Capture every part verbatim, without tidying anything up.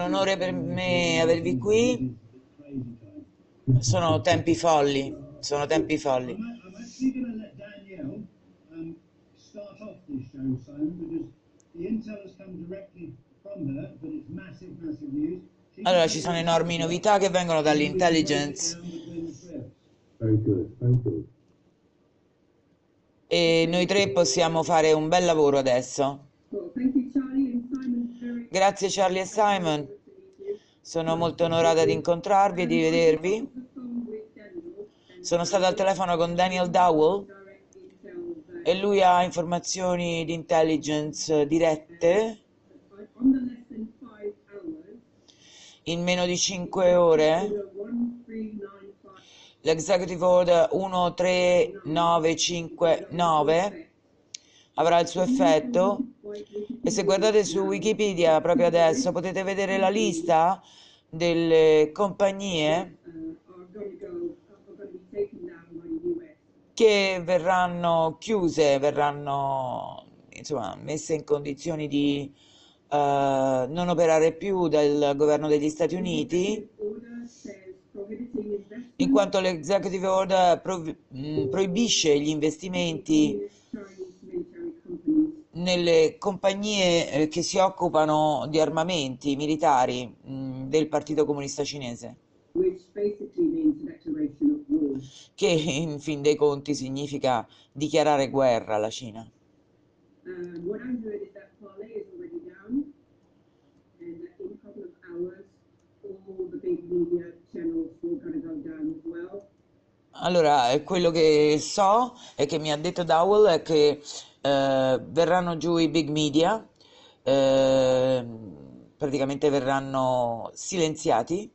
onore per me avervi qui. Sono tempi folli, sono tempi folli. Allora, ci sono enormi novità che vengono dall'intelligence Very good, very good. e noi tre possiamo fare un bel lavoro adesso. Grazie Charlie e Simon, sono molto onorata di incontrarvi e di vedervi. Sono stata al telefono con Daniel Dowell e lui ha informazioni di intelligence dirette. In meno di cinque ore l'executive order uno tre nove cinque nove avrà il suo effetto e se guardate su Wikipedia proprio adesso potete vedere la lista delle compagnie che verranno chiuse, verranno insomma messe in condizioni di eh, non operare più dal governo degli Stati Uniti, in quanto l'executive order prov- mh, proibisce gli investimenti nelle compagnie eh, che si occupano di armamenti militari mh, del Partito Comunista Cinese, che in fin dei conti significa dichiarare guerra alla Cina. Allora, eh, quello che so e che mi ha detto Dowell è che eh, verranno giù i big media, eh, praticamente verranno silenziati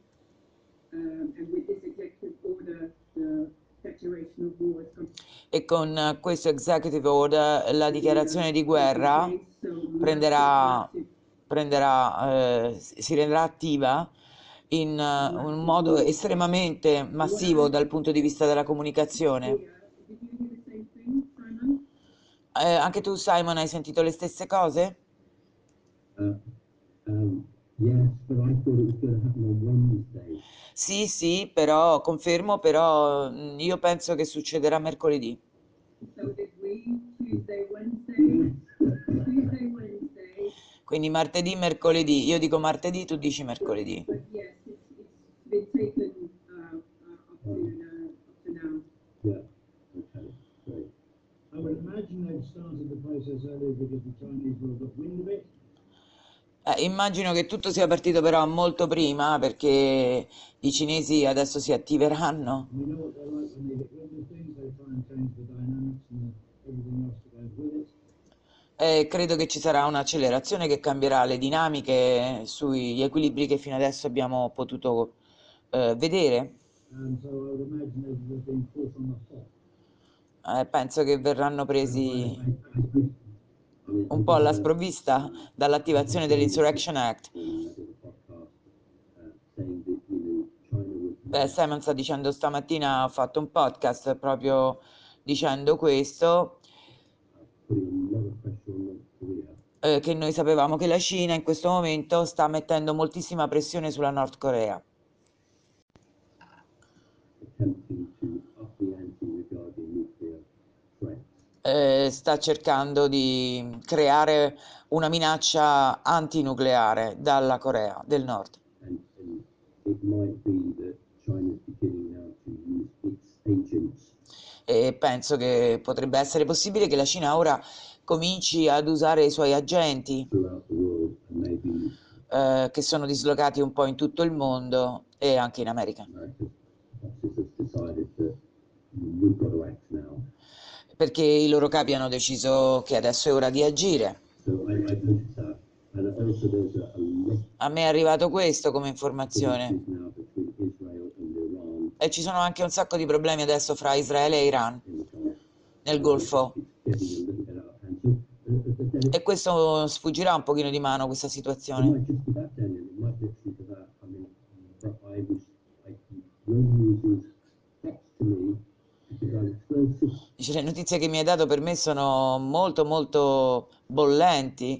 e con questo executive order la dichiarazione di guerra prenderà, prenderà, eh, si renderà attiva in eh, un modo estremamente massivo dal punto di vista della comunicazione. Eh, anche tu, Simon, hai sentito le stesse cose? Uh, um, yes, but I thought it was going to happen on Wednesday. Sì, sì, però confermo, però mm, io penso che succederà mercoledì. Quindi martedì, mercoledì. Io dico martedì, tu dici mercoledì. Yeah, okay, great. I would imagine they've started the process earlier because the Chinese will have got wind of it. Eh, immagino che tutto sia partito però molto prima perché i cinesi adesso si attiveranno. You know what they're like when they get wind of things, they try and change the dynamics and the, everything else that goes with it. E credo che ci sarà un'accelerazione che cambierà le dinamiche sugli equilibri che fino adesso abbiamo potuto eh, vedere. And so I would imagine they've they've been caught on the hop. Eh, penso che verranno And I, presi I, I, I mean, I un po' did alla hear sprovvista uh, dall'attivazione dell'Insurrection Act. morning I did a podcast uh, saying that you know China would Beh, Simon sta dicendo stamattina, ho fatto un podcast proprio dicendo questo, putting a lot of pressure on North Korea eh, che noi sapevamo che la Cina in questo momento sta mettendo moltissima pressione sulla Nord Corea, attempting to up the ante regarding nuclear threats. eh, sta cercando di creare una minaccia antinucleare dalla Corea del Nord. And, and it might be that China is beginning now to use its agents E penso che potrebbe essere possibile che la Cina ora cominci ad usare i suoi agenti, throughout the world and maybe eh, che sono dislocati un po' in tutto il mondo e anche in America, America's bosses has decided that we've got to act now. perché i loro capi hanno deciso che adesso è ora di agire. So I, I noticed that. And also there's a, a lot A me è arrivato questo come of informazione. issues now between Israel and Iran E ci sono anche un sacco di problemi adesso fra Israele e Iran in the Gulf. nel Golfo. It's getting a little bit out of hand. So uh, the, the, E questo sfuggirà un pochino di mano, questa it situazione. might just be that, Daniel. It might literally be that. I mean, but I was, I, your news is text to me because I was so Dice, le notizie che mi hai dato per me sono molto molto bollenti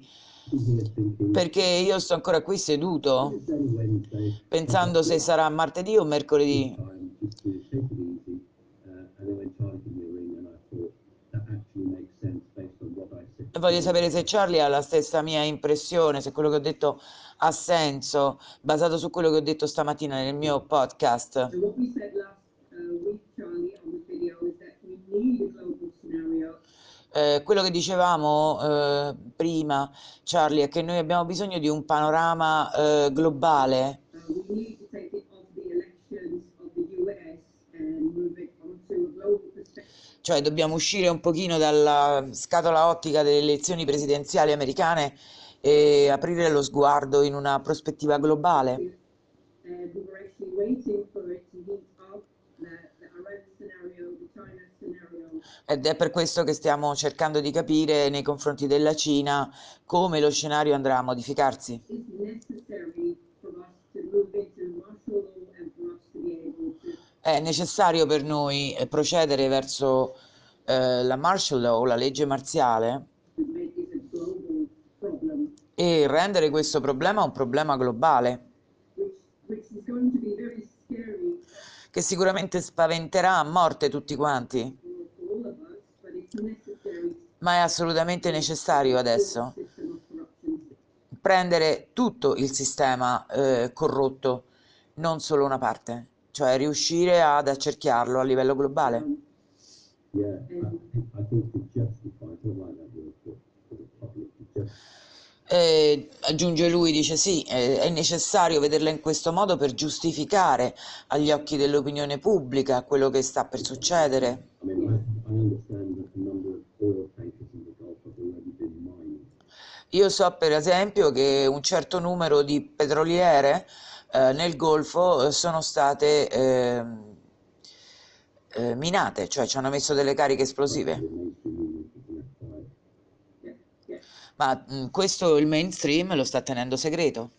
sitting here thinking, perché io sto ancora qui if seduto it's only Wednesday, I've pensando got se this sarà martedì o mercoledì. time just to take it easy. Uh, and then when Charlie gave me a ring, and I thought that actually makes sense based on what I said E voglio today. sapere se Charlie ha la stessa mia impressione, se quello che ho detto ha senso, basato su quello che ho detto stamattina nel mio podcast. So what we said last uh, week, Charlie, on the video is that we need a global scenario. Eh, quello che dicevamo eh, prima, Charlie, è che noi abbiamo bisogno di un panorama eh, globale. Uh, we need to take it off the elections of the U S and move it onto a global perspective. Cioè dobbiamo uscire un pochino dalla scatola ottica delle elezioni presidenziali americane e aprire lo sguardo in una prospettiva globale. And we were actually waiting for it to heat up, the, the Iran scenario, the China scenario. Ed è per questo che stiamo cercando di capire nei confronti della Cina come lo scenario andrà a modificarsi. It's necessary for us to move into martial law and for us to be able to È necessario per noi eh, procedere verso eh, la martial law, la legge marziale, to make it a global problem, e rendere questo problema un problema globale, which which is going to be very scary che sicuramente spaventerà a morte tutti quanti, for, for all of us, but it's necessary ma è assolutamente necessario for the adesso system of corruption. prendere tutto il sistema eh, corrotto, non solo una parte, cioè riuscire ad accerchiarlo a livello globale. Um, yeah, I, I think to justify, I don't like that word for, for the public, to just E aggiunge lui, dice sì, eh, è necessario vederla in questo modo per giustificare agli occhi dell'opinione pubblica quello che sta per succedere. I mean, I, I understand that a number of oil tankers in the Gulf have already been mining. Io so per esempio che un certo numero di petroliere eh, nel Golfo eh, sono state eh, eh, minate, cioè ci hanno messo delle cariche esplosive. The mainstream media keeping that quiet. Yeah, yeah. Ma mh, questo il mainstream lo sta tenendo segreto.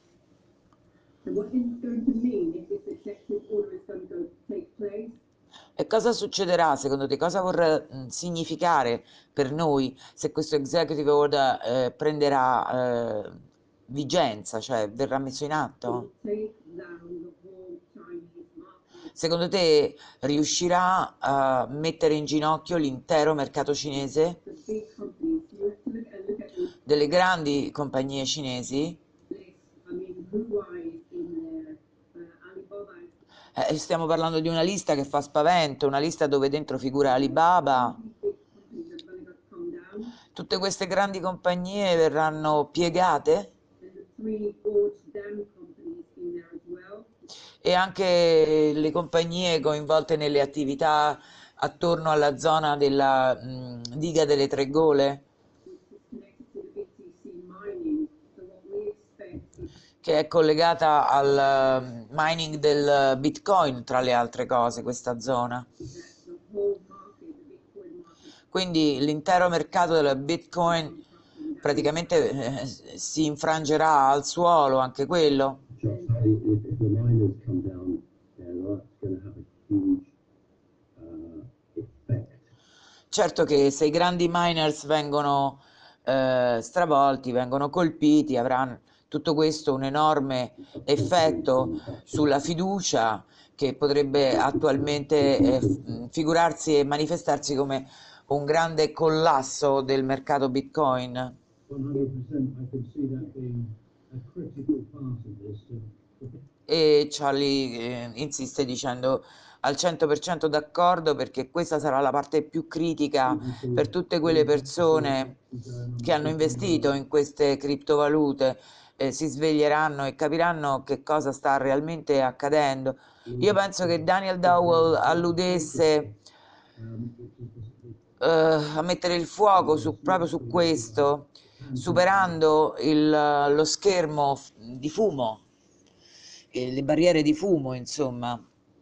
So what is it going to mean if this executive order is going to take place? E cosa succederà secondo te? Cosa vorrà mh, significare per noi se questo executive order eh, prenderà eh, vigenza, cioè verrà messo in atto? Take down the whole Chinese market. Secondo te riuscirà a mettere in ginocchio l'intero mercato cinese, The big companies, you have to look and look at the delle grandi compagnie cinesi? list. I mean, Huawei is in there, uh, Alibaba. Eh, stiamo parlando di una lista che fa spavento, una lista dove dentro figura Alibaba. These big companies are going to come down, Tutte queste grandi compagnie verranno piegate and the three gorge dam companies in there as well. e anche le compagnie coinvolte nelle attività attorno alla zona della mh, diga delle Tre Gole, Which is connected to the B T C mining. So what we expect is che è collegata al mm, mining del Bitcoin, tra le altre cose, questa zona. that the whole market, the Bitcoin market, Quindi l'intero mercato del Bitcoin praticamente eh, si infrangerà al suolo, anche quello. If, if the miners come down, yeah, that's going to have a huge uh, effect. Certo che se i grandi miners vengono eh, stravolti, vengono colpiti, avranno tutto questo un enorme effetto sulla fiducia che potrebbe attualmente eh, f- figurarsi e manifestarsi come un grande collasso del mercato Bitcoin. one hundred percent I can see that being a critical part of this. E Charlie eh, insiste dicendo al cento per cento d'accordo perché questa sarà la parte più critica per tutte quelle persone che hanno investito in queste criptovalute, eh, si sveglieranno e capiranno che cosa sta realmente accadendo. Io penso che Daniel Dowell alludesse eh, a mettere il fuoco su, proprio su questo, superando il, lo schermo f- di fumo, eh, le barriere di fumo, insomma,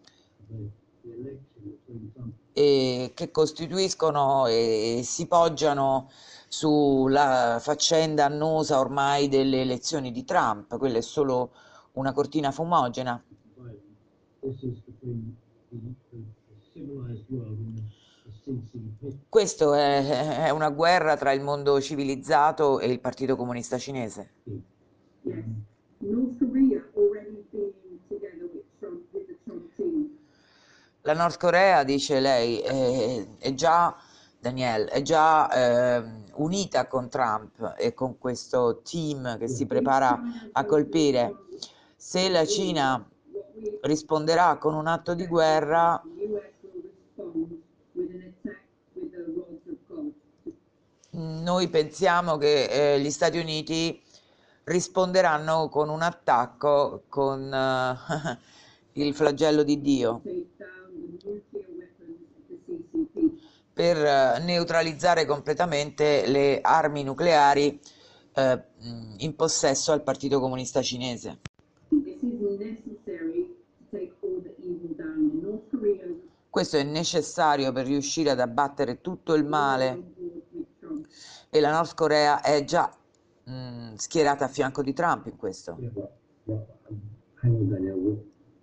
e che costituiscono e si poggiano sulla faccenda annosa ormai delle elezioni di Trump. Quella è solo una cortina fumogena. This is between the, the civilized world and the, the Questo è, è una guerra tra il mondo civilizzato e il Partito Comunista Cinese. Yes. North Korea already been together with Trump, with the Trump team. La Nord Corea, dice lei, è, è già, Daniel, è già ehm, unita con Trump e con questo team che si prepara a colpire. Se la Cina risponderà con un atto di guerra, The U S will respond with an attack with the rods of God. noi pensiamo che eh, gli Stati Uniti risponderanno con un attacco con eh, il flagello di Dio Take down the nuclear weapons of the C C P. per eh, neutralizzare completamente le armi nucleari eh, in possesso al Partito Comunista Cinese. This is necessary to take all the evil down. And North Korea is Questo è necessario per riuscire ad abbattere tutto il already male on board with Trump. e la Nord Corea è già mh, schierata a fianco di Trump in questo. Yeah, but, but um, hang on, Daniel. What,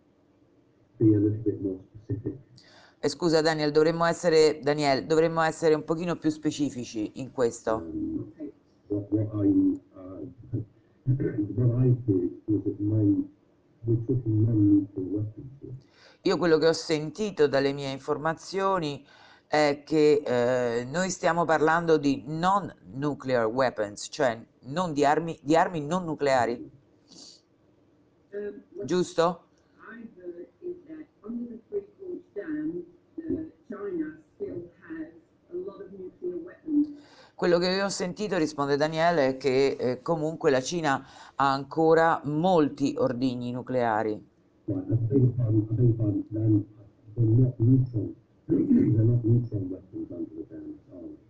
be a little bit more specific. E scusa Daniel, dovremmo essere, Daniel, dovremmo essere un pochino più specifici in questo. Um, okay. What, what are you? Uh, what I did was that my we're talking non-nuclear weapons here. Io quello che ho sentito dalle mie informazioni è che eh, noi stiamo parlando di non nuclear weapons, cioè non di armi, di armi non nucleari, Um, what giusto? I heard is that under the Three Gorge Dam, the China still has a lot of nuclear weapons. Quello che io ho sentito, risponde Daniele, è che eh, comunque la Cina ha ancora molti ordigni nucleari. Right, I beg your pardon. I beg your pardon. Then they're not neutron. They're not neutron weapons under the dam, are they?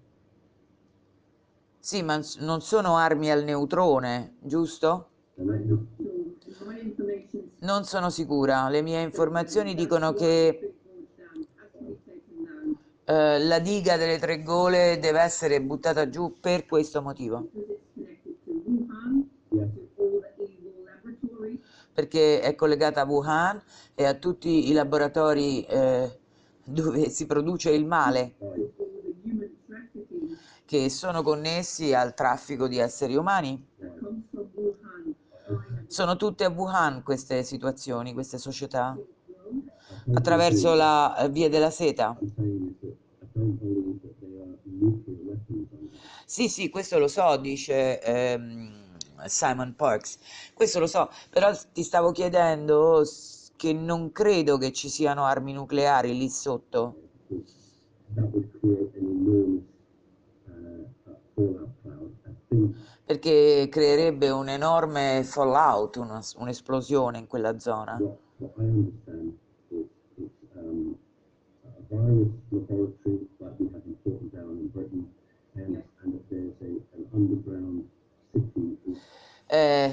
Sì, ma s- non sono armi al neutrone, giusto? They're not I'm neutron. not sure. My information is Non sono sicura, le mie informazioni that's dicono why the che Three Gorge Dam has to be taken down eh, la diga delle tre gole deve essere buttata giù per questo motivo, because it's connected to Wuhan, Yeah. to all the evil laboratories, perché è collegata a Wuhan e a tutti i laboratori eh, dove si produce il male, to all the human trafficking che sono connessi al traffico di esseri umani. that comes from Wuhan, China, Sono tutte a Wuhan queste situazioni, queste società, Silk Road. attraverso la eh, via della seta. I'm saying is that I don't believe that they are nuclear weapons under the Sì, sì, questo lo so, dice ehm, Simon Parks, questo lo so, però ti stavo chiedendo s- che non credo che ci siano armi nucleari lì sotto, because that would create an enormous uh, uh, fallout cloud. I think perché creerebbe un enorme fallout, una- un'esplosione in quella zona. what, what I understand is it's um, a virus laboratory like we have in Porton Down in Britain, and, and that there's a, an underground city. Eh,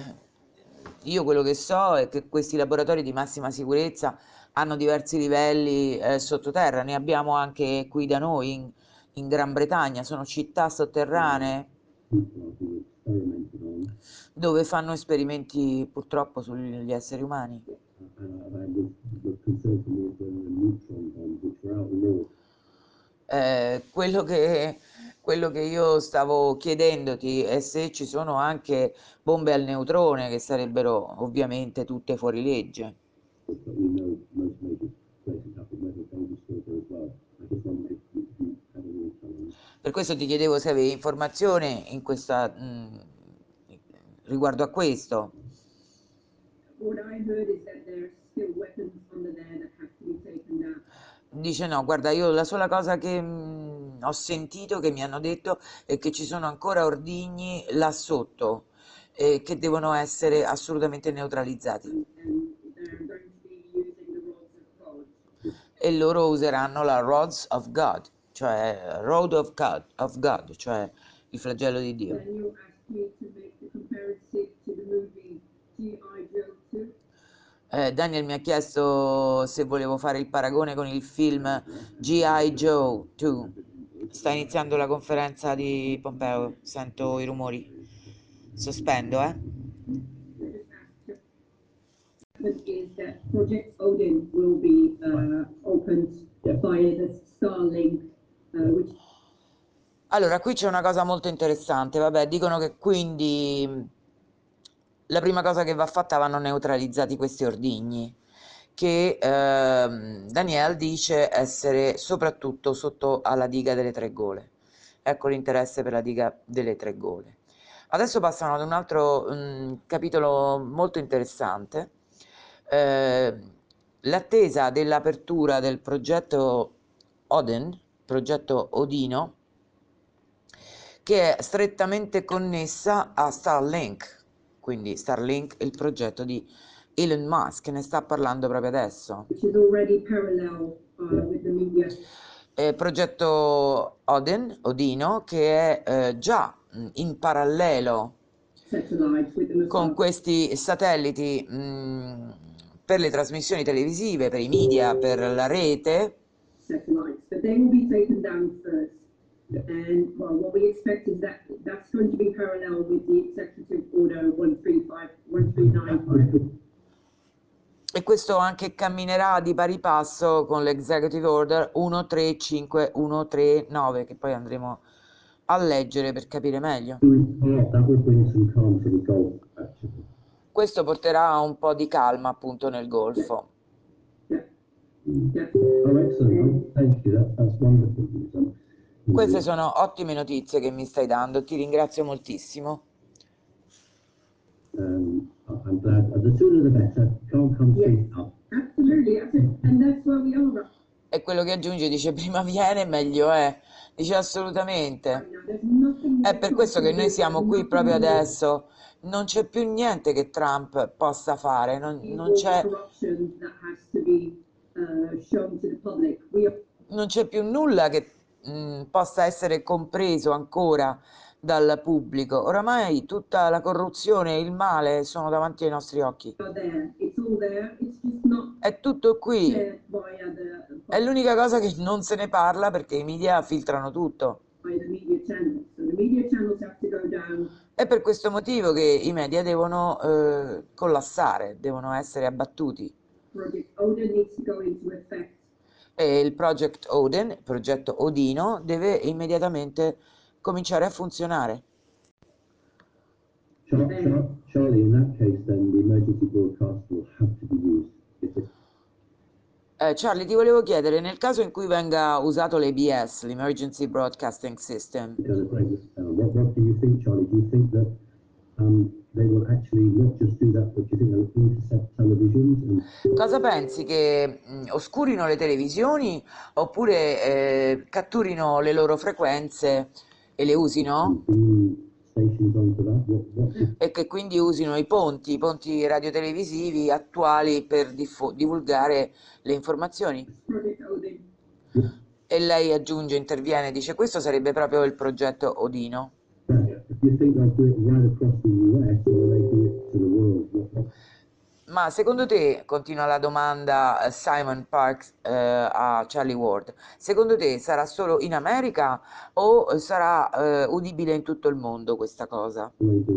io quello che so è che questi laboratori di massima sicurezza hanno diversi livelli eh, sottoterra, ne abbiamo anche qui da noi in, in Gran Bretagna, sono città sotterranee People are being experimented on, dove fanno esperimenti purtroppo sugli esseri umani. uh, and I was the concern for me is whether the neutron bombs, which were outlawed, Eh, quello che, quello che io stavo chiedendoti è se ci sono anche bombe al neutrone che sarebbero ovviamente tutte fuori legge. but we know most major places have them, whether they will still go as well. I just wondered if you, you had any insight on that. Per questo ti chiedevo se avevi informazione in questa, mh, riguardo a questo. What I heard is that there are still weapons under there that have to be taken down. Dice no, guarda, io la sola cosa che mh, ho sentito, che mi hanno detto, è che ci sono ancora ordigni là sotto e che devono essere assolutamente neutralizzati. And, and they're going to be using the rods of God. E loro useranno la Rods of God, cioè Road of God, of God, cioè il flagello di Dio. Daniel asked me to make the comparison to the movie G I. Joe two. Eh, Daniel mi ha chiesto se volevo fare il paragone con il film G I. Joe due. Sta iniziando la conferenza di Pompeo, sento i rumori. Sospendo, eh? I just asked happened is that Project Odin will be uh, opened Yeah. via the Starlink uh, which Allora, qui c'è una cosa molto interessante, vabbè, dicono che quindi mh, la prima cosa che va fatta vanno neutralizzati questi ordigni, che ehm, Daniel dice essere soprattutto sotto alla diga delle Tre Gole. Ecco l'interesse per la diga delle Tre Gole. Adesso passano ad un altro mh, capitolo molto interessante, eh, l'attesa dell'apertura del progetto Odin, progetto Odino, che è strettamente connessa a Starlink, quindi Starlink è il progetto di Elon Musk, ne sta parlando proprio adesso. which is already parallel uh, with the media. Eh, progetto Odin, Odino, che è eh, già mh, in parallelo Satellites with the con missile questi satelliti mh, per le trasmissioni televisive, per i media, per la rete. satellites, but they will be taken down first. Yeah. And well, what we expect is that that's going to be parallel with the Executive Order one three five, one three nine five. E questo anche camminerà di pari passo con l'Executive Order uno tre cinque uno tre nove, che poi andremo a leggere per capire meglio. Questo porterà un po' di calma appunto nel Golfo. Queste sono ottime notizie che mi stai dando, ti ringrazio moltissimo. Um, I'm glad. The sooner the better. Can't come soon enough. Absolutely, and that's where we are. E quello che aggiunge, dice prima viene meglio è, dice assolutamente. È per questo che noi siamo qui proprio adesso, non c'è più niente che Trump possa fare, non, non c'è non c'è più nulla che mh, possa essere compreso ancora dal pubblico. Oramai tutta la corruzione e il male sono davanti ai nostri occhi. È tutto qui. È l'unica cosa che non se ne parla perché i media filtrano tutto. È per questo motivo che i media devono eh, collassare, devono essere abbattuti. E il Project Odin, il progetto Odino, deve immediatamente cominciare a funzionare. Charlie, in that case, then the emergency broadcast will have to be used. Eh, Charlie, ti volevo chiedere, nel caso in cui venga usato l'A B S, l'Emergency Broadcasting System, What, what do you think, Charlie? Do you think that um, they will actually not just do that, but do you think they'll intercept televisions? And... cosa pensi? Che mh, oscurino le televisioni oppure eh, catturino le loro frequenze e le usino? E che quindi usino i ponti, i ponti radiotelevisivi attuali per divulgare le informazioni? E lei aggiunge, interviene, dice questo sarebbe proprio il progetto Odino. Ma secondo te, continua la domanda eh, Simon Parks eh, a Charlie Ward, secondo te sarà solo in America o sarà eh, udibile in tutto il mondo questa cosa?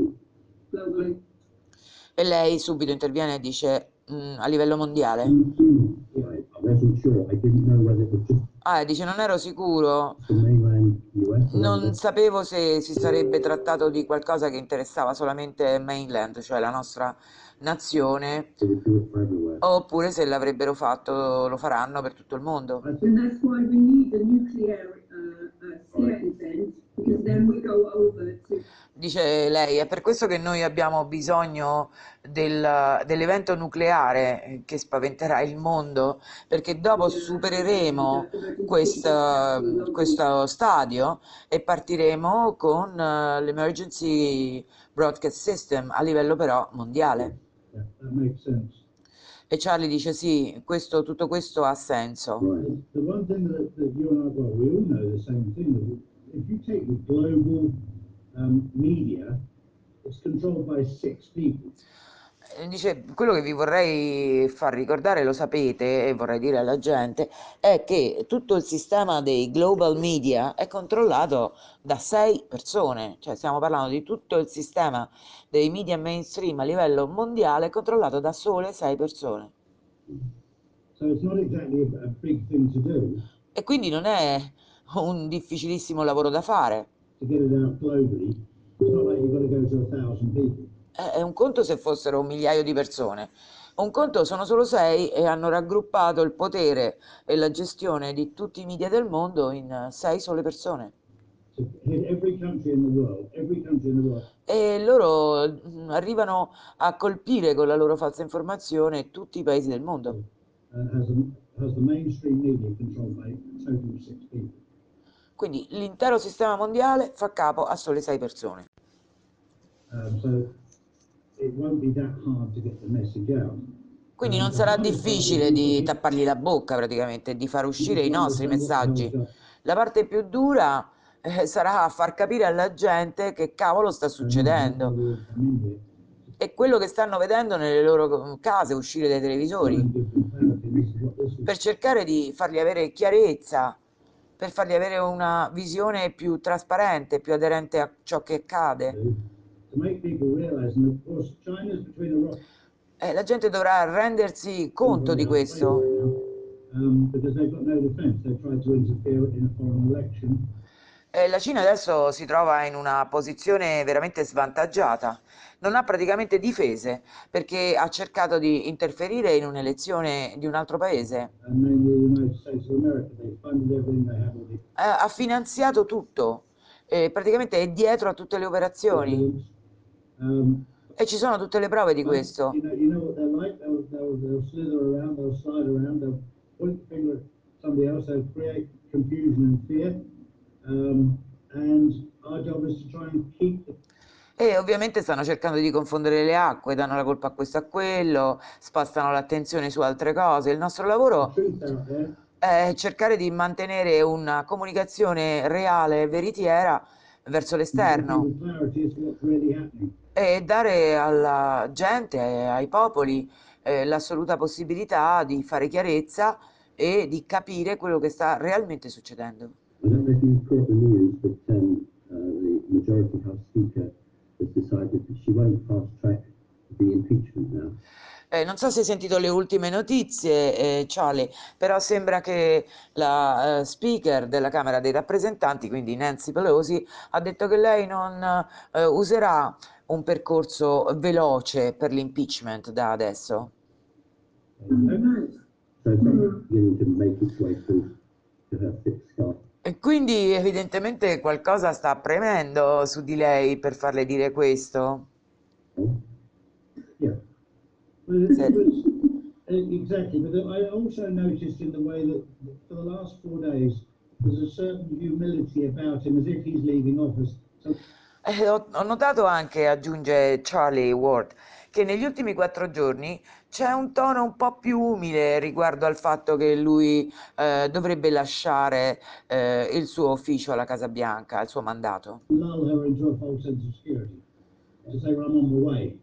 E lei subito interviene e dice "Mm, a livello mondiale". Ah, dice non ero sicuro, non sapevo se si sarebbe trattato di qualcosa che interessava solamente mainland, cioè la nostra nazione, oppure se l'avrebbero fatto lo faranno per tutto il mondo. Dice lei, è per questo che noi abbiamo bisogno del, dell'evento nucleare che spaventerà il mondo, perché dopo supereremo questo, questo stadio e partiremo con uh, l'Emergency Broadcast System a livello però mondiale. E Charlie dice sì, questo, tutto questo ha senso. Um, media, it's controlled by six people. Dice, quello che vi vorrei far ricordare, lo sapete, e vorrei dire alla gente, è che tutto il sistema dei global media è controllato da sei persone, cioè stiamo parlando di tutto il sistema dei media mainstream a livello mondiale controllato da sole sei persone. So it's not exactly a big thing to do. E quindi non è un difficilissimo lavoro da fare. To get it out globally, it's not like you've got to go to a thousand people. È è un conto se fossero un migliaio di persone, un conto sono solo sei e hanno raggruppato il potere e la gestione di tutti i media del mondo in eh, sei sole persone. To hit every country in the world, every country in the world, E loro mm, arrivano a colpire con la loro falsa informazione tutti i paesi del mondo. uh, has, a, has the mainstream media controlled by a total of six people. Quindi l'intero sistema mondiale fa capo a sole sei persone. Um, so it won't be that hard to get the message out. Quindi Um, non the sarà hardest part is difficile you've got di people tappargli la bocca praticamente, di far uscire i to nostri understand what the hell's messaggi. going. La parte più dura eh, sarà far capire alla gente che cavolo sta And not what they succedendo will come in here. e quello che stanno vedendo nelle loro case uscire dai Try televisori, and give them clarity. This is what this is. per cercare di fargli avere chiarezza, per fargli avere una visione più trasparente, più aderente a ciò che accade. To make people realize, and of course, China's between a rock Eh, la gente dovrà rendersi conto di questo. um, because they've got no defense. They tried to interfere in a foreign election. Eh, la Cina adesso si trova in una posizione veramente svantaggiata, non ha praticamente difese perché ha cercato di interferire in un'elezione di un altro paese. And mainly the United States of America. They funded everything. They have all the Eh, ha finanziato tutto, eh, praticamente è dietro a tutte le operazioni evidence. Um, e ci sono tutte le prove di but questo. you know, you know what they're like. They'll, they'll, they'll slither around. They'll slide around. They'll point the finger at somebody else. They'll create confusion and fear. Um, and our job is to try and keep the E ovviamente stanno cercando di confondere le acque, danno la colpa a questo e a quello, spostano l'attenzione su altre cose. Il nostro lavoro truth out there. è cercare di mantenere una comunicazione reale e veritiera verso And give l'esterno people clarity as to what's really happening. e dare alla gente, ai popoli, eh, l'assoluta possibilità di fare chiarezza e di capire quello che sta realmente succedendo. I don't know if you've caught the news, but um, uh, the Majority House Speaker has decided that she won't fast track the impeachment now. Eh, non so se hai sentito le ultime notizie, eh, Charlie, però sembra che la eh, Speaker della Camera dei Rappresentanti, quindi Nancy Pelosi, ha detto che lei non eh, userà un percorso veloce per l'impeachment da adesso. So it's not beginning to make its way through to her thick skull. E quindi evidentemente qualcosa sta premendo su di lei per farle dire questo. Yeah. Well, it, Se- it was, uh, exactly, but I also noticed in the way that for the last four days there's a certain humility about him, as if he's leaving office. So Eh, ho, ho notato anche, aggiunge Charlie Ward, che negli ultimi quattro giorni c'è un tono un po' più umile riguardo al fatto che lui eh, dovrebbe lasciare eh, il suo ufficio alla Casa Bianca, il suo mandato. lull her into a false sense of security. To say, well, I'm on my way.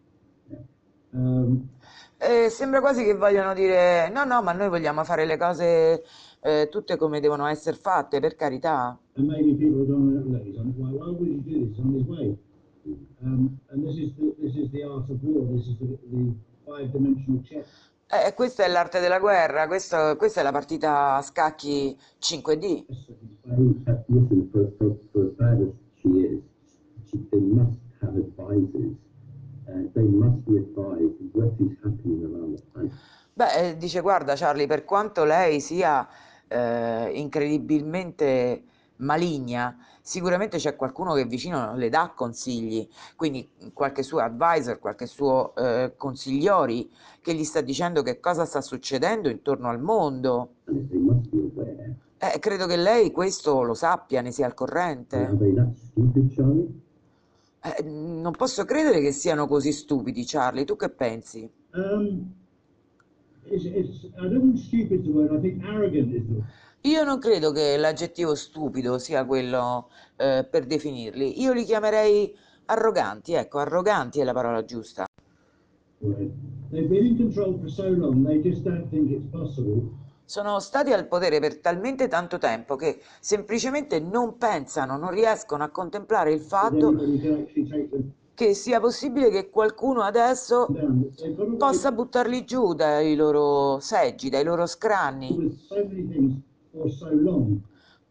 Um, E sembra quasi che vogliano dire: no, no, ma noi vogliamo fare le cose eh, tutte come devono essere fatte, per carità. and maybe people are going, look, he's on his way. Why would you do this? He's on his way. Um, and this is the this is the art of war. This is the, the five-dimensional chess. Eh, questa è l'arte della guerra, questo- questa è la partita a scacchi cinque D. They have, listen, for, for, for as bad as she is, she, they must have advisors. Uh, they must be advised what is happening around the planet. Beh, eh, dice, guarda Charlie, per quanto lei sia eh, incredibilmente maligna, sicuramente c'è qualcuno che vicino le dà consigli, quindi qualche suo advisor, qualche suo eh, consigliori che gli sta dicendo che cosa sta succedendo intorno al mondo. And they must be aware. Eh, credo che lei questo lo sappia, ne sia al And are corrente. they that stupid, Charlie? Eh, non posso credere che siano così stupidi, Charlie, tu che pensi? Um, it's, it's, I don't think stupid is the word. I think arrogant is the Io non credo che l'aggettivo stupido sia quello eh, per definirli. Io li chiamerei arroganti, ecco, arroganti è la parola giusta. word. They've been in control for so long, they just don't think it's possible. Sono stati al potere per talmente tanto tempo che semplicemente non pensano, non riescono a contemplare il That fatto anybody can actually take them che sia possibile che qualcuno adesso down. They've got away possa buttarli giù dai loro seggi, dai loro scranni. with so many things for so long.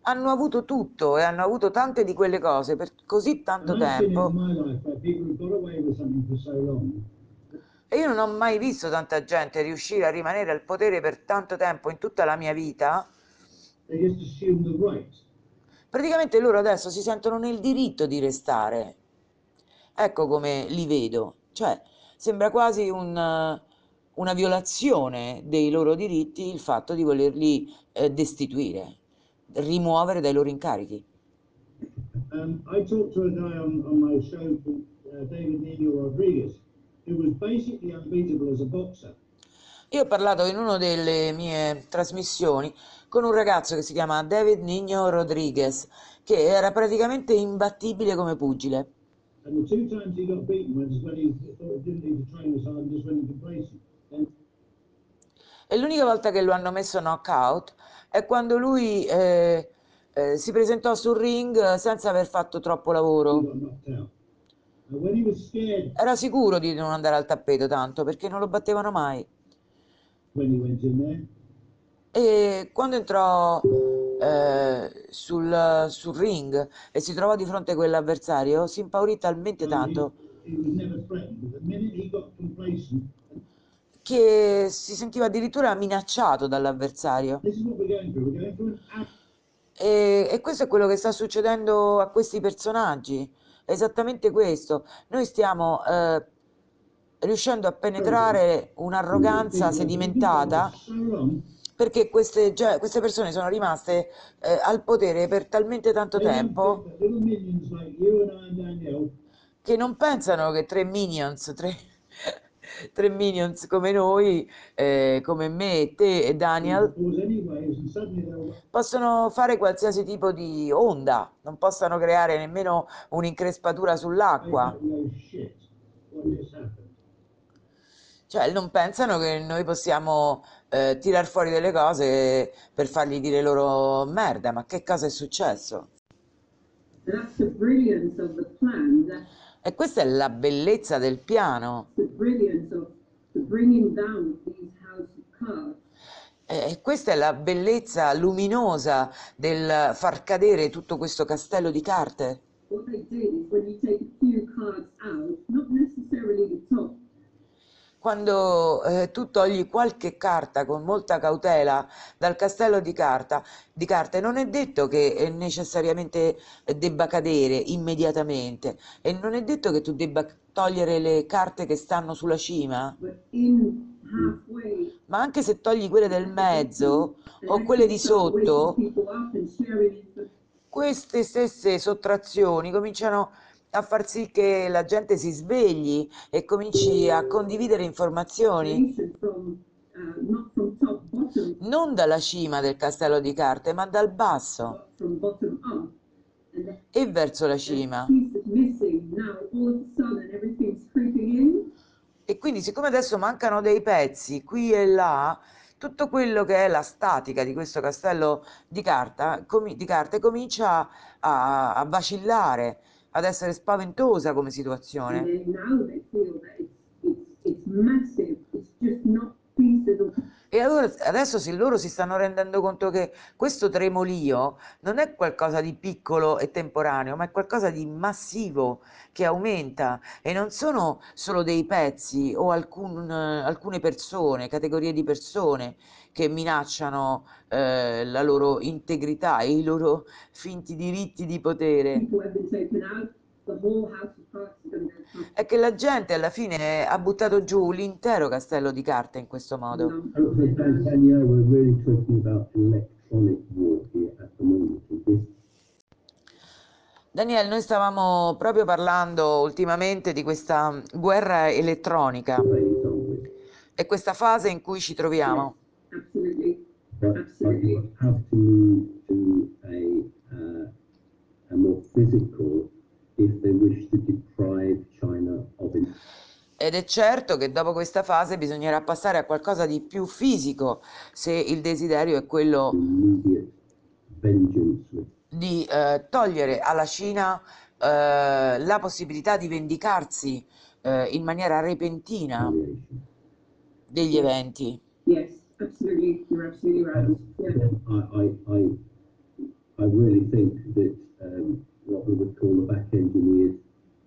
hanno avuto tutto e hanno avuto tante di quelle cose per così tanto And I've seen it in tempo. my life where people have got away with something for so long. E io non ho mai visto tanta gente riuscire a rimanere al potere per tanto tempo in tutta la mia vita. They just assume the right. Praticamente loro adesso si sentono nel diritto di restare. Ecco come li vedo. Cioè, sembra quasi un, eh, una violazione dei loro diritti il fatto di volerli eh, destituire, rimuovere dai loro incarichi. Um, I talked to a guy on, on my show called uh, David Nino Rodriguez, who was basically unbeatable as a boxer. Io ho parlato in una delle mie trasmissioni con un ragazzo che si chiama David Niño Rodriguez, che era praticamente imbattibile come pugile. And the two times he got beaten was when he thought he didn't need to train as hard and just went into complacent. And E l'unica volta che lo hanno messo knockout è quando lui eh, eh, si presentò sul ring senza aver fatto troppo he lavoro. got knocked out. And when he was scared, Era sicuro di non andare al tappeto tanto perché non lo battevano mai. when he went in there, E quando entrò eh, sul, sul ring e si trovò di fronte a quell'avversario, si impaurì talmente um, he, tanto he was never threatened. But the minute he got complacent, che si sentiva addirittura minacciato dall'avversario. this is what we're going through. We're going through an E, e questo è quello che sta succedendo a questi personaggi, è esattamente questo. Noi stiamo eh, riuscendo a arrogance. penetrare un'arroganza People have been in power for sedimentata so long, perché queste, ge- queste persone sono rimaste eh, al potere per talmente tanto they don't think tempo that little minions like you and I and Danielle che non pensano che tre minions, tre, tre minions come noi, eh, come me, te e can Daniel, cause any waves, and suddenly they'll possono fare qualsiasi tipo di onda, non possono creare nemmeno un'increspatura wake sull'acqua. up and go, shit, what just happened? Cioè, non pensano che noi possiamo eh, tirar fuori delle cose per fargli dire loro merda, ma che cosa è successo? That's the brilliance of the plan. That's E questa è la bellezza del piano. the brilliance of the bringing down of these house of cards. E questa è la bellezza luminosa del far cadere tutto questo castello di carte. What they did is when you take a few cards out, not necessarily the top, Quando eh, tu togli qualche carta con molta cautela dal castello di carta, di carte, non è detto che eh, necessariamente eh, debba cadere immediatamente e non è detto che tu debba togliere le carte che stanno sulla cima, but in halfway, ma anche se togli quelle del mezzo they o quelle actually di start waking sotto, people up and sharing information queste stesse sottrazioni cominciano a far sì che la gente si svegli e cominci a condividere informazioni from uh, not from top bottom, non dalla cima del castello di carte, ma dal basso but from bottom up, and that, e verso la that cima. piece is missing. Now all of a sudden everything's creeping in. E quindi, siccome adesso mancano dei pezzi qui e là, tutto quello che è la statica di questo castello di carta, comi- di carte comincia a, a vacillare, ad essere spaventosa come And situazione. then now they feel that it's it's it's massive. It's just not pieces of E allora adesso sì, loro si stanno rendendo conto che questo tremolio non è qualcosa di piccolo e temporaneo, ma è qualcosa di massivo che aumenta e non sono solo dei pezzi o alcun- alcune persone, categorie di persone che minacciano eh, la loro integrità e i loro finti diritti di potere. people have been taken out. The whole house of cards is going to go top. È che la gente alla fine ha buttato giù l'intero castello di carte in questo modo. Lump Hopefully, it down. Danielle, we're really talking about electronic warfare at the moment. Is this Daniel, noi stavamo proprio parlando ultimamente di questa guerra elettronica phase, aren't we? e questa fase in cui ci Yes, troviamo. absolutely, But, but absolutely. you have to move to a, uh, a more physical if they wish to deprive China of its Ed è certo che dopo questa fase bisognerà passare a qualcosa di più fisico se il desiderio è quello immediate vengeance with di eh, togliere alla Cina eh, la possibilità di vendicarsi eh, in maniera repentina retaliation. degli eventi. Yes, absolutely. You're absolutely right. Um, Yeah. then I, I, I, I really think that um, what we would call the back engineered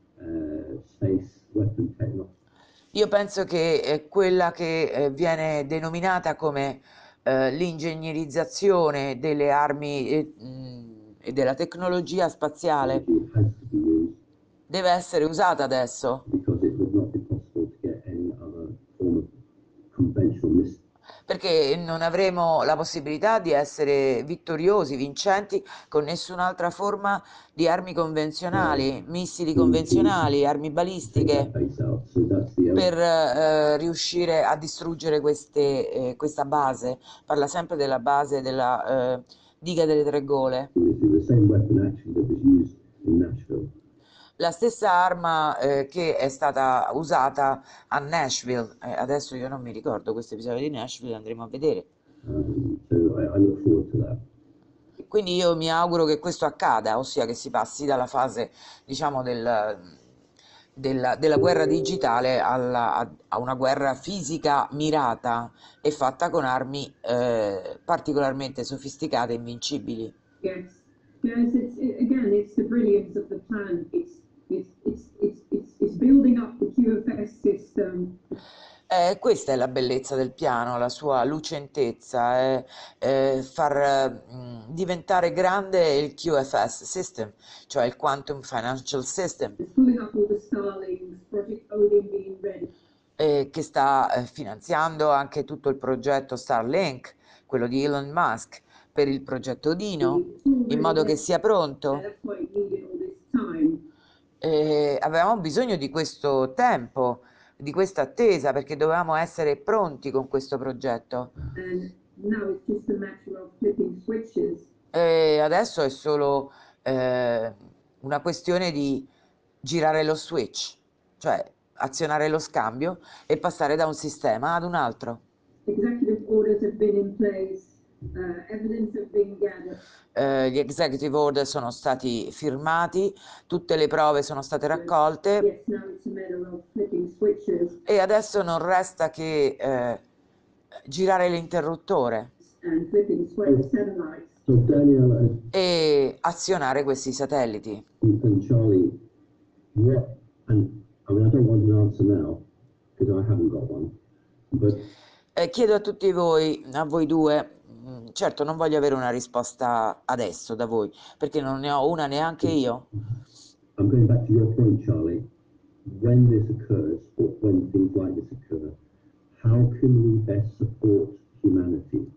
uh, space weapon technology. Io penso che eh, quella che eh, viene denominata come eh, l'ingegnerizzazione delle armi e, mh, e della tecnologia spaziale Has to be used deve essere usata adesso, because it would not be possible to get any other form of conventional missile. perché non avremo la possibilità di essere vittoriosi, vincenti con nessun'altra forma di armi convenzionali, missili convenzionali, armi Take balistiche, that base out. So that's the per eh, riuscire a distruggere queste, eh, questa base. Parla sempre della base della eh, diga delle Tre Gole. the same weapon actually that was used in Nashville. La stessa arma eh, che è stata usata a Nashville. Eh, adesso io non mi ricordo questo episodio di Nashville, andremo a vedere. Um, so I, I look forward to that. Quindi io mi auguro che questo accada, ossia che si passi dalla fase, diciamo, del, della, della guerra digitale alla, a, a una guerra fisica mirata e fatta con armi eh, particolarmente sofisticate e invincibili. Yes, yes. It's it, again, it's the brilliance of the plan. It's it's it's it's it's, it's building up the Q F S system. Eh, questa è la bellezza del piano, la sua lucentezza, è, è far mm, diventare grande il Q F S System, cioè il Quantum Financial System, It's pulling up all the Starlings, Project Odin being ready. eh, che sta eh, finanziando anche tutto il progetto Starlink, quello di Elon Musk, per il progetto Odino, in modo che sia And pronto. that's why it needed all this time. Eh, avevamo bisogno di questo tempo, di questa attesa, perché dovevamo essere pronti con questo progetto. And now it's just a matter of flipping switches. E adesso è solo eh, una questione di girare lo switch, cioè azionare lo scambio e passare da un sistema ad un altro. Executive orders have been in place. Uh, evidence have been gathered. Eh, gli executive order sono stati firmati, tutte le prove sono state raccolte Yes, now it's a matter of flipping switches e adesso non resta che eh, girare l'interruttore and flipping swi- satellites. So Daniel e azionare questi satelliti. and, and Charlie, what? And I mean, I don't want an answer now because I haven't got one. But Eh, chiedo a tutti voi, a voi due, mm, certo non voglio avere una risposta adesso da voi, perché non ne ho una neanche io. I'm going back to your point, Charlie. When this occurs, or when things like this occur, how can we best support humanity?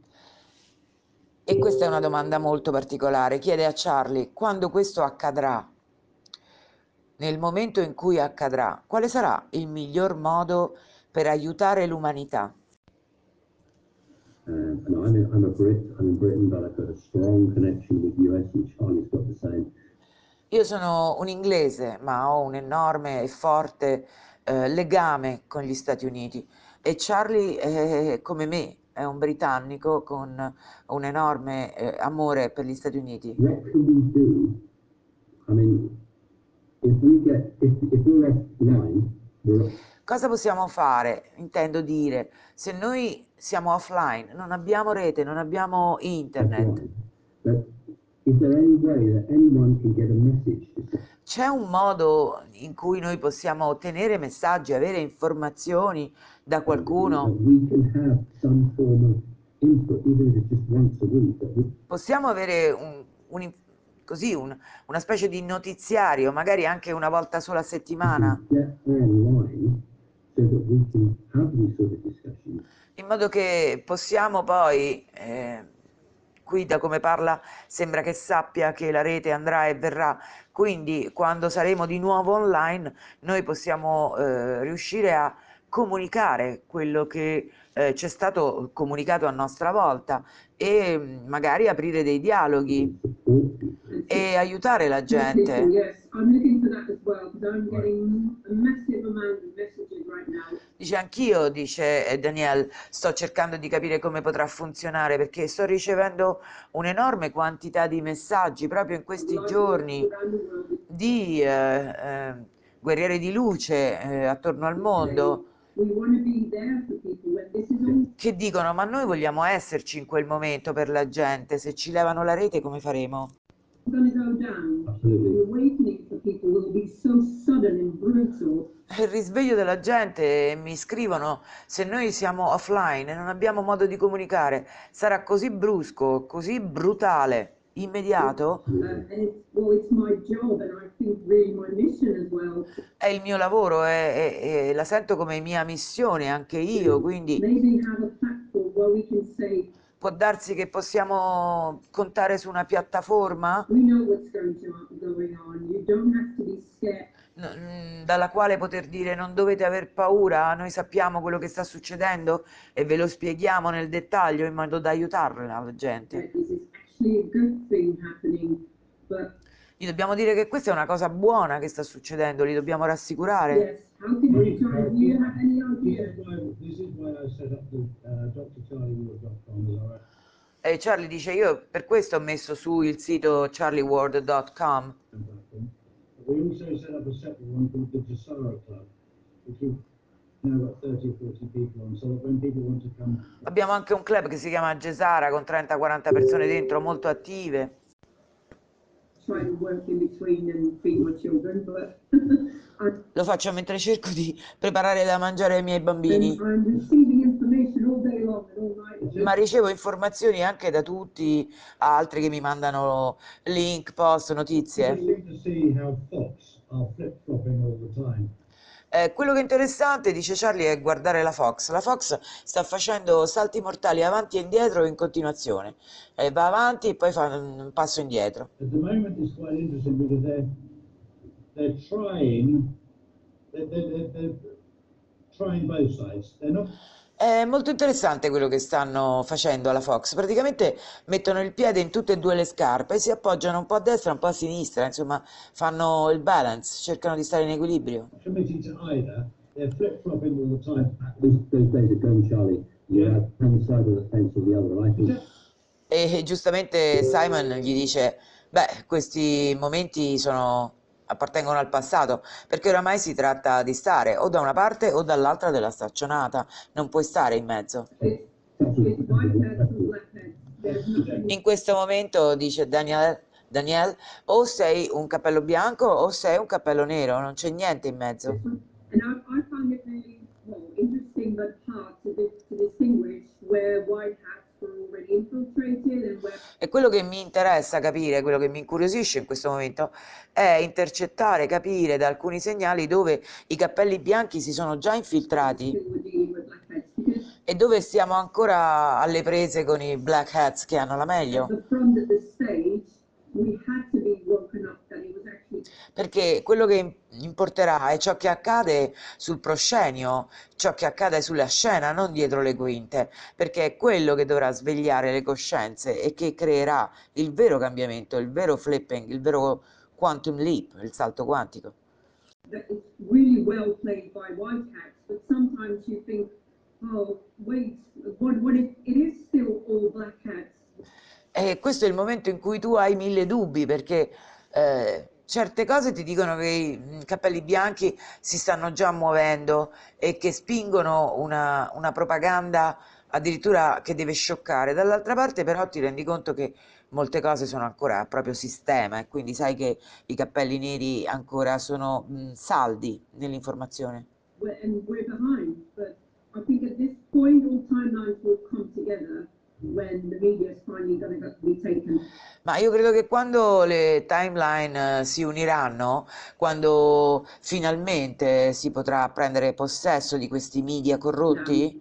E questa è una domanda molto particolare. Chiede a Charlie, quando questo accadrà, nel momento in cui accadrà, quale sarà il miglior modo per aiutare l'umanità? Um, and I'm, in, I'm a Brit. I'm in Britain, but I've got a strong connection with U S, and Charlie's got the same. Io sono un inglese, ma ho un enorme e forte eh, legame con gli Stati Uniti e Charlie, eh, come me, è un britannico con un enorme eh, amore per gli Stati Uniti. What can we do? I mean, if we get if if we're offline, we're Cosa possiamo fare? Intendo dire, se noi siamo offline, non abbiamo rete, non abbiamo internet, offline. But is there any way that anyone can get a message? c'è un modo in cui noi possiamo ottenere messaggi, avere informazioni da qualcuno? We can have some form of input, even if it's just once a week. That we Possiamo avere un, un in- così, un- una specie di notiziario, magari anche una volta sola a settimana, get online so that we can have these sort of discussions. in modo che possiamo poi, eh, qui da come parla sembra che sappia che la rete andrà e verrà, quindi quando saremo di nuovo online noi possiamo eh, riuscire a comunicare quello che eh, ci è stato comunicato a nostra volta e mm, magari aprire dei dialoghi Support people. e aiutare la People, gente. yes, I'm looking for that as well because I'm getting a massive amount of messages right now. Dice anch'io, dice eh, Daniel, sto cercando di capire come potrà funzionare perché sto ricevendo un'enorme quantità di messaggi proprio in questi giorni Around the world, di eh, eh, guerriere di luce eh, attorno al mondo we want to be there for people when this is all. che dicono ma noi vogliamo esserci in quel momento per la gente, se ci levano la rete come faremo? going to go down. Absolutely. The awakening for people will be so sudden and brutal. Il risveglio della gente, mi scrivono, se noi siamo offline e non abbiamo modo di comunicare, sarà così brusco, così brutale, immediato. Uh, and it's, well, it's my job, and I think really my mission as well. È il mio lavoro e, e- e la sento come mia missione anche io, quindi Maybe have a platform where we can say, può darsi che possiamo contare su una piattaforma we know what's going to going on. You don't have to be scared. n- dalla quale poter dire non dovete aver paura, noi sappiamo quello che sta succedendo e ve lo spieghiamo nel dettaglio in modo da aiutarla la gente. That this is actually a good thing happening, but Gli dobbiamo dire che questa è una cosa buona che sta succedendo, li dobbiamo rassicurare. yes, how can you try? Do you have any This idea? is why, this is why I set up the uh, d r charlie ward dot com as our E Charlie dice, io per questo ho messo su il sito charlie ward dot com. platform. But we also set up a separate one called the Jasara Club, which we've now got thirty or forty people on, so that when people want to come, Abbiamo anche un club che si chiama Gesara con trenta quaranta persone dentro, molto attive. Try to work in between and feed my children, but I, Lo faccio mentre cerco di preparare da mangiare ai miei and bambini, I'm receiving information all day long and all night. ma ricevo informazioni anche da tutti altri che mi mandano link, post, we notizie. seem to see how Fox are flip-flopping all the time. Eh, quello che è interessante, dice Charlie, è guardare la Fox. La Fox sta facendo salti mortali avanti e indietro in continuazione. Eh, va avanti e poi fa un passo indietro. At the moment, it's quite interesting because they're they're trying they're, they're, they're, they're trying both sides. They're not È molto interessante quello che stanno facendo alla Fox. Praticamente mettono il piede in tutte e due le scarpe e si appoggiano un po' a destra, un po' a sinistra, insomma, fanno il balance, cercano di stare in equilibrio. committing to either. They're flip-flopping all the time. Those, those days are gone, Charlie. You're at one side of the fence or the other. I think E giustamente Simon gli dice, beh, questi momenti sono, appartengono al passato, perché oramai si tratta di stare o da una parte o dall'altra della staccionata, non puoi stare in mezzo. It's, it's white hats and black hats. There's nothing. In questo momento, dice Daniel, Daniel, o sei un cappello bianco o sei un cappello nero, non c'è niente in mezzo. And I, I find it really well interesting but hard to, di- to distinguish where white hats were already infiltrated and where E quello che mi interessa capire, quello che mi incuriosisce in questo momento, è intercettare, capire da alcuni segnali dove i cappelli bianchi si sono già infiltrati still were dealing with black hats. Because e dove stiamo ancora alle prese con i black hats che hanno la at meglio. the front of the stage, we had to be woken up that it was actually Perché quello che importerà è ciò che accade sul proscenio, ciò che accade sulla scena, non dietro le quinte, perché è quello che dovrà svegliare le coscienze e che creerà il vero cambiamento, il vero flipping, il vero quantum leap, il salto quantico. that it's really well played by white hats, but sometimes you think, oh wait, what what if it is still all black hats? E questo è il momento in cui tu hai mille dubbi, perché eh, certe cose ti dicono che i mm, cappelli bianchi si stanno già muovendo e che spingono una, una propaganda addirittura che deve scioccare. Dall'altra parte però ti rendi conto che molte cose sono ancora a proprio sistema e quindi sai che i cappelli neri ancora sono mm, saldi nell'informazione. We're, and we're behind. But I think at this point, all timelines will come together when the media is finally going to be taken. Ma io credo che quando le timeline eh, si uniranno, quando finalmente si potrà prendere possesso di questi media corrotti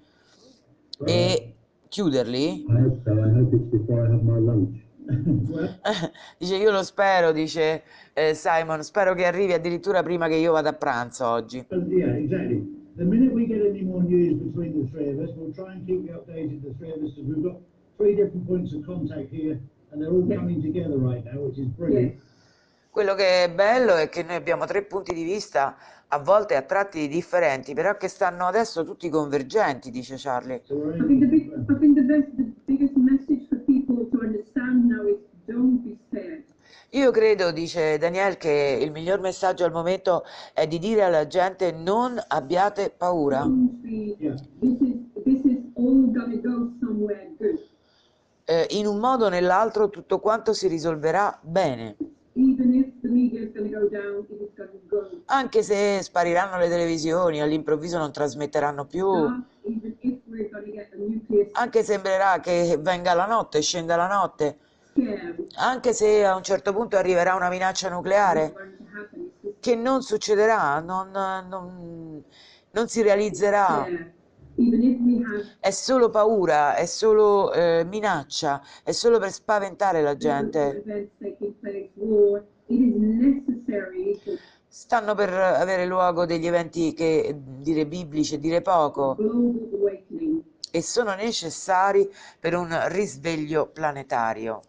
e chiuderli, I hope so. I hope it's before I have my lunch. Well, dice io lo spero, dice eh, Simon, spero che arrivi addirittura prima che io vada a pranzo oggi. well, yeah, exactly. The minute we get any more news between the three of us, we'll try and keep you updated, the three of us, because we've got three different points of contact here, and they're all Yeah. coming together right now, which is brilliant. Yes. Quello che è bello è che noi abbiamo tre punti di vista, a volte a tratti differenti, però che stanno adesso tutti convergenti, dice Charlie. So we're I think the in, big, I think the best, the biggest message for people to understand now is don't be scared. Io credo, dice Daniel, che il miglior messaggio al momento è di dire alla gente non abbiate paura. Don't be. Yeah. This is this is all gonna go somewhere good. eh, in un modo o nell'altro tutto quanto si risolverà bene. Even if the media is going to go down, if it's going to go Anche se spariranno le televisioni, all'improvviso non trasmetteranno più, dark, even if we're going to get a nuclear anche sembrerà che venga la notte, scenda la notte, scare, anche se a un certo punto arriverà una minaccia what's nucleare, going to happen is this che non succederà, non, non, non si realizzerà. scare. Even if we have È solo paura, è solo eh, minaccia, è solo per spaventare la different gente. events taking place, war, it is necessary for Stanno per avere luogo degli eventi che dire biblici e dire poco, global awakening. e sono necessari per un risveglio planetario.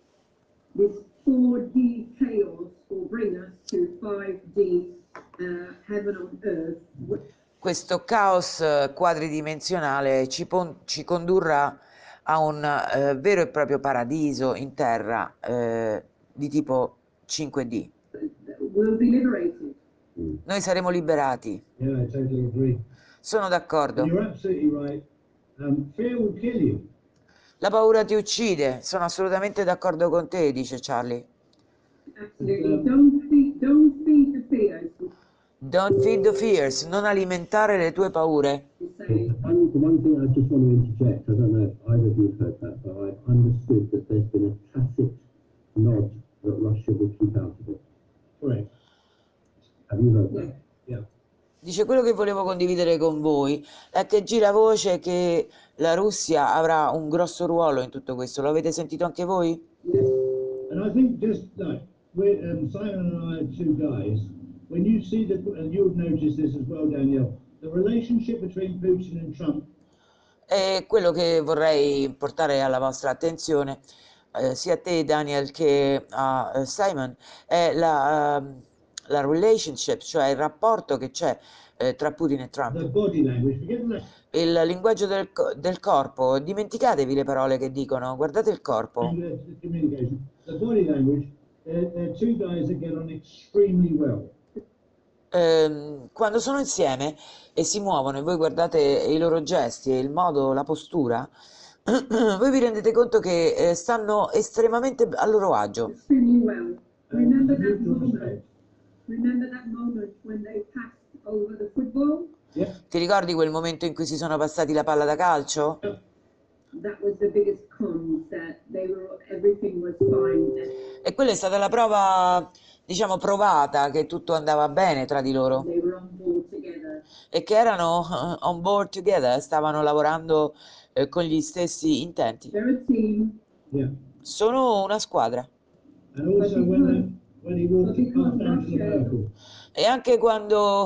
This four D chaos will bring us to five D uh, heaven on earth. Questo caos eh, quadridimensionale ci, pon- ci condurrà a un eh, vero e proprio paradiso in terra eh, di tipo cinque D. Will be liberated. Noi saremo liberati. Yeah, I totally agree. Sono And d'accordo. you're absolutely right. Um, fear will kill you. La paura ti uccide. Sono assolutamente d'accordo con te, dice Charlie. Absolutely. Don't feed, don't feed the fears. Don't feed the fears. Non alimentare le tue paure. You say, The one, the one thing I just want to interject, I don't know if either of you have heard that, but I've understood that there's been a tacit nod that Russia will keep out of it. Correct. Have you heard yeah. that? Yeah. Dice, quello che volevo condividere con voi è che gira voce che la Russia avrà un grosso ruolo in tutto questo. Lo avete sentito anche voi? Yes. And I think just like we're, um, Simon and I are two guys. When you see the, and you'll notice this as well, Danielle, the relationship between Putin and Trump. E quello che vorrei portare alla vostra attenzione, eh, sia a te Daniel che a eh, Simon, è la, ehm, la relationship, cioè il rapporto che c'è eh, tra Putin e The Trump. body language, forget the Il linguaggio del, co- del corpo, dimenticatevi le parole che dicono, guardate il corpo. language, the communication. The body language, they're, they're two guys that get on extremely well. Ehm, quando sono insieme e si muovono e voi guardate i loro gesti e il modo, la postura, voi vi rendete conto che eh, stanno estremamente a loro agio. Extremely well. And Remember a that mutual moment. respect. Remember that moment when they passed over the football? Yeah. Ti ricordi quel momento in cui si sono passati la palla da calcio? Yeah. That was the biggest cons, that they were, everything was fine. And E quella è stata la prova, diciamo, provata che tutto andava bene tra di loro they were on board together. e che erano eh, on board together, stavano lavorando eh, con gli stessi intenti. They're a team. Yeah. Sono una squadra. And also when the, when he walked past Angela Merkel. E anche quando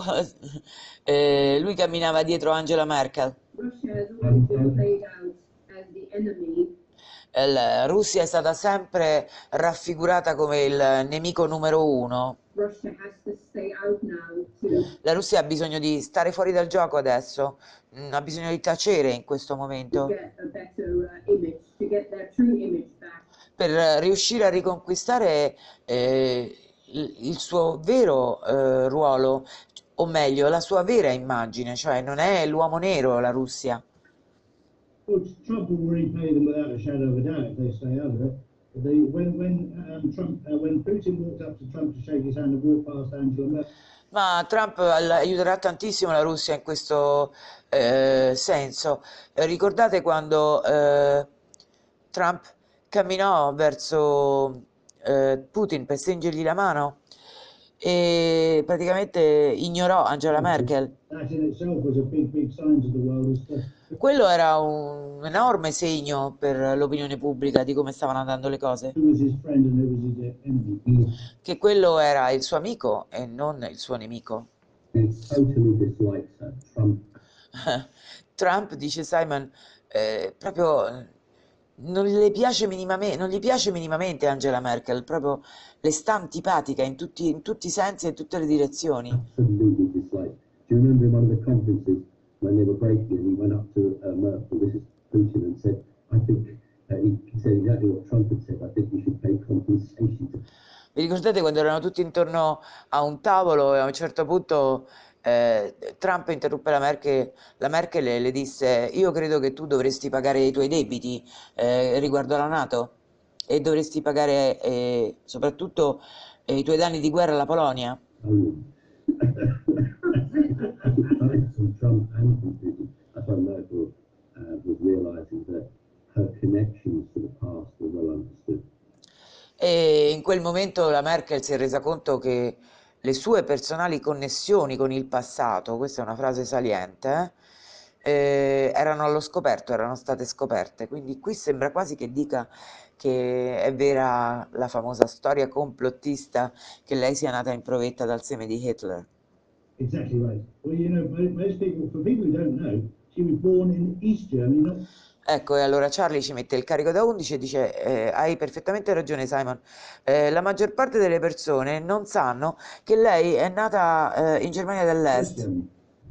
eh, lui camminava dietro Angela Merkel, Russia has always been played out as the enemy. eh, la Russia è stata sempre raffigurata come il nemico numero uno. Russia has to stay out now to La Russia ha bisogno di stare fuori dal gioco adesso, mm, ha bisogno di tacere in questo to momento get a better uh, image, to get their true image back. per riuscire a riconquistare eh, il, il suo vero eh, ruolo, o meglio, la sua vera immagine, cioè non è l'uomo nero la Russia. Well, Trump will repay them without a shadow of a doubt if they stay out of it. They, when when um, Trump uh, when Putin walked up to Trump to shake his hand and walked past Angela Merkel, Ma Trump al- aiuterà tantissimo la Russia in questo eh, senso. Eh, ricordate quando eh, Trump camminò verso eh, Putin per stringergli la mano e praticamente ignorò Angela Merkel? that in itself was a big, big sign to the world as to Quello era un enorme segno per l'opinione pubblica di come stavano andando le cose, who was his friend and who was his enemy. che quello era il suo amico e non il suo nemico. He totally dislikes her. Trump Trump, dice Simon, eh, proprio eh, non le piace minimamente, non gli piace minimamente Angela Merkel, proprio le sta antipatica in tutti, in tutti i sensi e in tutte le direzioni. absolutely dislikes. Do you remember in one of the conferences when they were breaking and he went up to uh, Merkel, this is Putin, and said, I think, uh, he, he said exactly what Trump had said, I think we should pay compensation to Vi ricordate quando erano tutti intorno a un tavolo e a un certo punto eh, Trump interruppe la Merkel, la Merkel e le disse: Io credo che tu dovresti pagare i tuoi debiti eh, riguardo alla NATO e dovresti pagare eh, soprattutto eh, i tuoi danni di guerra alla Polonia. Oh. Aside from Trump and from Putin, I thought Merkel uh, was realizing that her connections to the past were well understood. E in quel momento la Merkel si è resa conto che le sue personali connessioni con il passato, questa è una frase saliente, eh, eh, erano allo scoperto, erano state scoperte. Quindi qui sembra quasi che dica che è vera la famosa storia complottista che lei sia nata in provetta dal seme di Hitler. Exactly right. Well, you know, mo- most people, for people who don't know, she was born in East Germany, not Ecco, e allora Charlie ci mette il carico da undici e dice: eh, hai perfettamente ragione, Simon. Eh, la maggior parte delle persone non sanno che lei è nata eh, in Germania West dell'Est, Germany.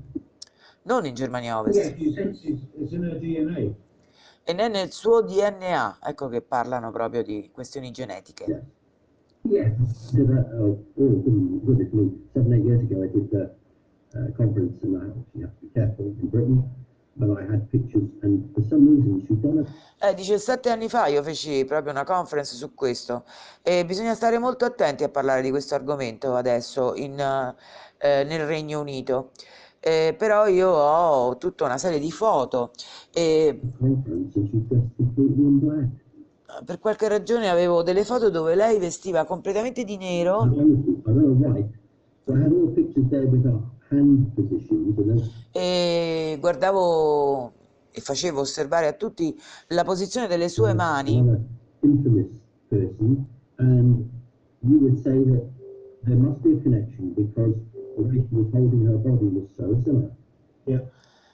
non in Germania Yeah, Ovest, she's, she's, it's in her D N A. e né nel suo D N A. Ecco che parlano proprio di questioni genetiche. Yes. Yes. So that, uh, oh, goodness me, seven, eight years ago I did a uh, conference, and I obviously have to be careful in Britain, but I had pictures, and for some reason she'd done a Eh, diciassette anni fa io feci proprio una conference su questo e bisogna stare molto attenti a parlare di questo argomento adesso in, eh, nel Regno Unito. Eh, però io ho tutta una serie di foto e conference, and she dressed completely in black. per qualche ragione avevo delle foto dove lei vestiva completamente di And nero honestly, I don't know why, but I had all the pictures there with her hand positions, and then e guardavo e facevo osservare a tutti la posizione delle sue mani. another infamous person, and you would say that there must be a connection because the way she was holding her body was so similar. Yeah.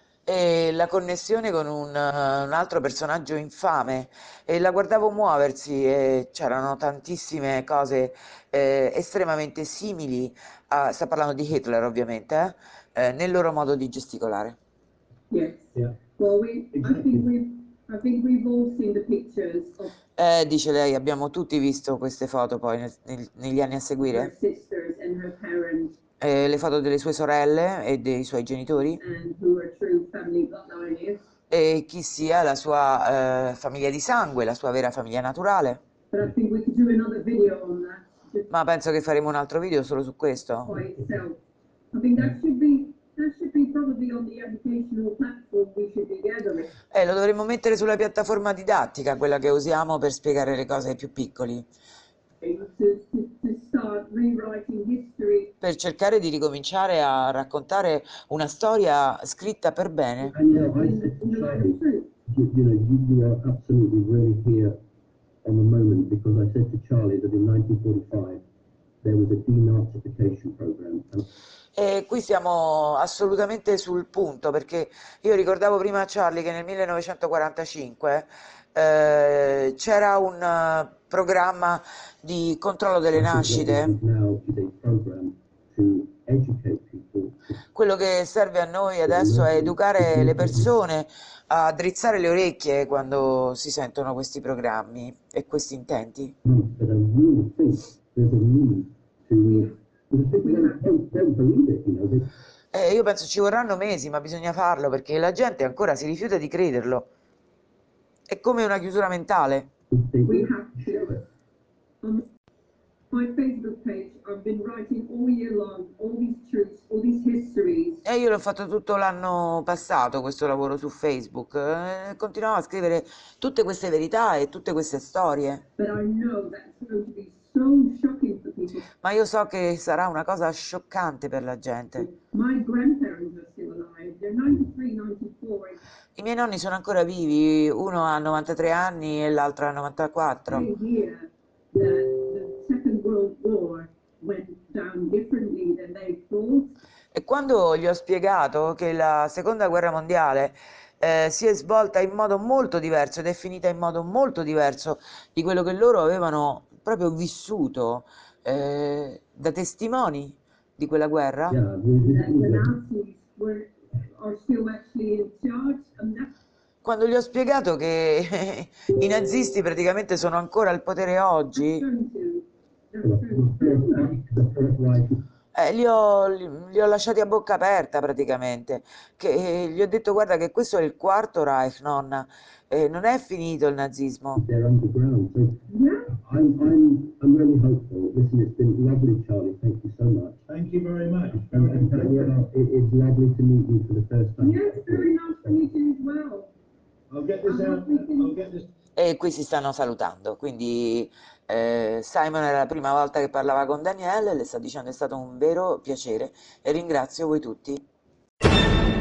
E la connessione con un, eh, un altro personaggio infame e la guardavo muoversi e c'erano tantissime cose eh, estremamente simili a, sta parlando di Hitler ovviamente, eh, eh, nel loro modo di gesticolare. Yes. Yeah. Well, we. I Exactly. think we've. I think we've all seen the pictures of Eh, dice lei, abbiamo tutti visto queste foto poi nel- nel- negli anni a her seguire, sisters and her parents, eh, le foto delle sue sorelle e dei suoi genitori and who her true family bloodline is. e chi sia la sua eh, famiglia di sangue, la sua vera famiglia naturale. But I think we could do another video on that just Ma penso che faremo un altro video solo su questo. by itself. I think that should be that should be probably on the educational platform we should be gathering. Eh, lo dovremmo mettere sulla piattaforma didattica, quella che usiamo per spiegare le cose ai più piccoli, To, to, to start rewriting history per cercare di ricominciare a raccontare una storia scritta per bene. And you know, I in, said to in the light Charlie, of truth. you, you know, you, you are absolutely really here on the moment, because I said to Charlie that in nineteen forty-five there was a denazification program. And E qui siamo assolutamente sul punto, perché io ricordavo prima a Charlie che nel millenovecentoquarantacinque eh, c'era un eh, programma di controllo delle I think what we nascite. need now is a program to educate people. Quello che serve a noi adesso è educare le persone a drizzare le orecchie quando si sentono questi programmi e questi intenti. But I really think there's a need to, because people don't, don't, don't believe it, you know. They, Eh, io penso ci vorranno mesi, ma bisogna farlo perché la gente ancora si rifiuta di crederlo. È come una chiusura mentale. they, We they have share to. it. On my Facebook page, I've been writing all year long all these truths, all these histories. E io l'ho fatto tutto l'anno passato questo lavoro su Facebook. Eh, continuavo a scrivere tutte queste verità e tutte queste storie. But I know that's going to be so shocking for people. Ma io so che sarà una cosa scioccante per la gente. My grandparents are still alive. They're ninety-three, ninety-four. I miei nonni sono ancora vivi, uno ha novantatré anni e l'altro ha novantaquattro. They hear that the Second World War went down differently than they thought. E quando gli ho spiegato che la seconda guerra mondiale eh, si è svolta in modo molto diverso ed è finita in modo molto diverso di quello che loro avevano proprio vissuto eh, da testimoni di quella guerra, Yeah, we, we, That the we, Nazis were are still actually in charge, and that quando gli ho spiegato che i nazisti praticamente sono ancora al potere oggi, going to for the, for the first time, the first life. Eh, li ho, li, li ho lasciati a bocca aperta praticamente, che eh, gli ho detto guarda che questo è il quarto Reich, nonna, eh, non è finito il nazismo. They're underground. So Yeah. I'm, I'm, I'm really hopeful. Listen, it's been lovely, Charlie. Thank you so much. Thank you very much. And, and Daniela, it, it's lovely to meet you for the first time. Yes, very nice to meet you as well. I'll get this I out. hope we can- I'll get this. E qui si stanno salutando, quindi eh, Simon era la prima volta che parlava con Danielle, le sta dicendo è stato un vero piacere e ringrazio voi tutti.